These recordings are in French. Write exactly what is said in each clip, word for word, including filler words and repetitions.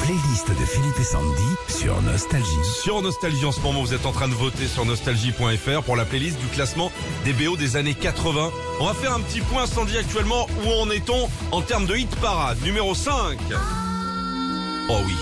playlist de Philippe et Sandy sur Nostalgie. Sur Nostalgie, en ce moment, vous êtes en train de voter sur nostalgie point f r pour la playlist du classement des B O des années quatre-vingts. On va faire un petit point, Sandy, actuellement. Où en est-on en termes de hit parade? Numéro cinq. Oh oui.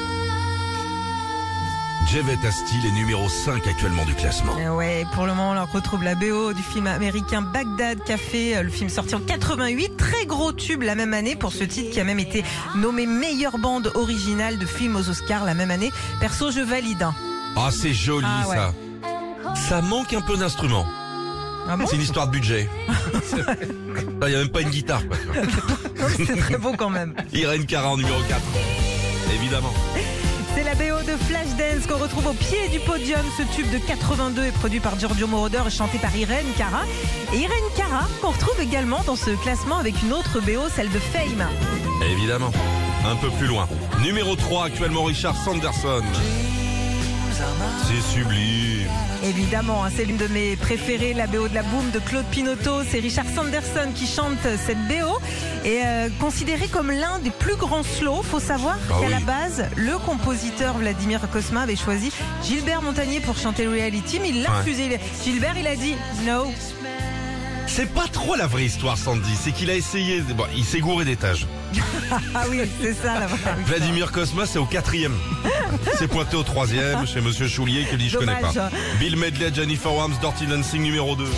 Javet Astil est numéro cinq actuellement du classement. Euh, ouais, pour le moment, on retrouve la B O du film américain Bagdad Café, le film sorti en quatre-vingt-huit, très gros tube la même année pour ce titre qui a même été nommé meilleure bande originale de film aux Oscars la même année. Perso, je valide. Hein. Ah, c'est joli Ah, ouais. ça. Ça manque un peu d'instruments. Ah bon? C'est une histoire de budget. Il n'y a même pas une guitare, quoi. C'est très beau quand même. Irène Cara en numéro quatre. Évidemment. C'est la B O de Flashdance qu'on retrouve au pied du podium. Ce tube de quatre-vingt-deux est produit par Giorgio Moroder et chanté par Irène Cara. Et Irène Cara qu'on retrouve également dans ce classement avec une autre B O, celle de Fame. Évidemment. Un peu plus loin. Numéro trois, actuellement Richard Sanderson. C'est sublime. Évidemment, hein, c'est l'une de mes préférées, la B O de la Boom de Claude Pinoteau. C'est Richard Sanderson qui chante cette B O et euh, considéré comme l'un des plus grands slow. Faut savoir Ah qu'à oui. la base, le compositeur Vladimir Cosma avait choisi Gilbert Montagnier pour chanter Reality, mais il l'a Ouais. refusé. Gilbert, il a dit no. C'est pas trop la vraie histoire, Sandy. C'est qu'il a essayé. Bon, il s'est gouré d'étage. Ah oui, c'est ça la vraie. Vladimir Cosma, c'est au quatrième. C'est pointé au troisième chez Monsieur Choulier qui dit je connais Dommage. pas. Bill Medley, Jennifer Warnes, Dirty Dancing numéro deux.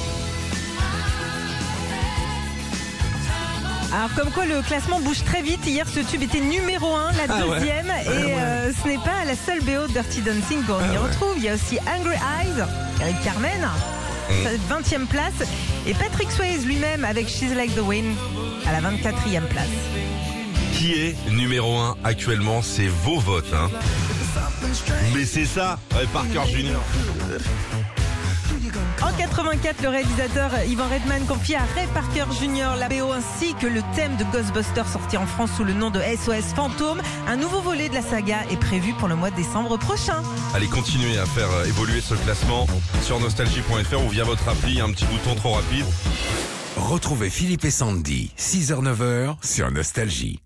Alors comme quoi le classement bouge très vite. Hier ce tube était numéro un, la Ah ouais. deuxième. Et euh, ce n'est pas la seule B O de Dirty Dancing qu'on Ah y ouais. retrouve. Il y a aussi Angry Eyes avec Carmen, Mm. vingtième place. Et Patrick Swayze lui-même avec She's Like the Wind à la vingt-quatrième place. Qui est numéro un actuellement? C'est vos votes, hein. Mais c'est ça, ouais, Parker Junior En quatre-vingt-quatre, le réalisateur Ivan Reitman confie à Ray Parker Junior la B O ainsi que le thème de Ghostbusters sorti en France sous le nom de S O S Fantôme. Un nouveau volet de la saga est prévu pour le mois de décembre prochain. Allez, continuez à faire euh, évoluer ce classement sur nostalgie point f r ou via votre appli. Il y a un petit bouton trop rapide. Retrouvez Philippe et Sandy, six heures neuf heures sur Nostalgie.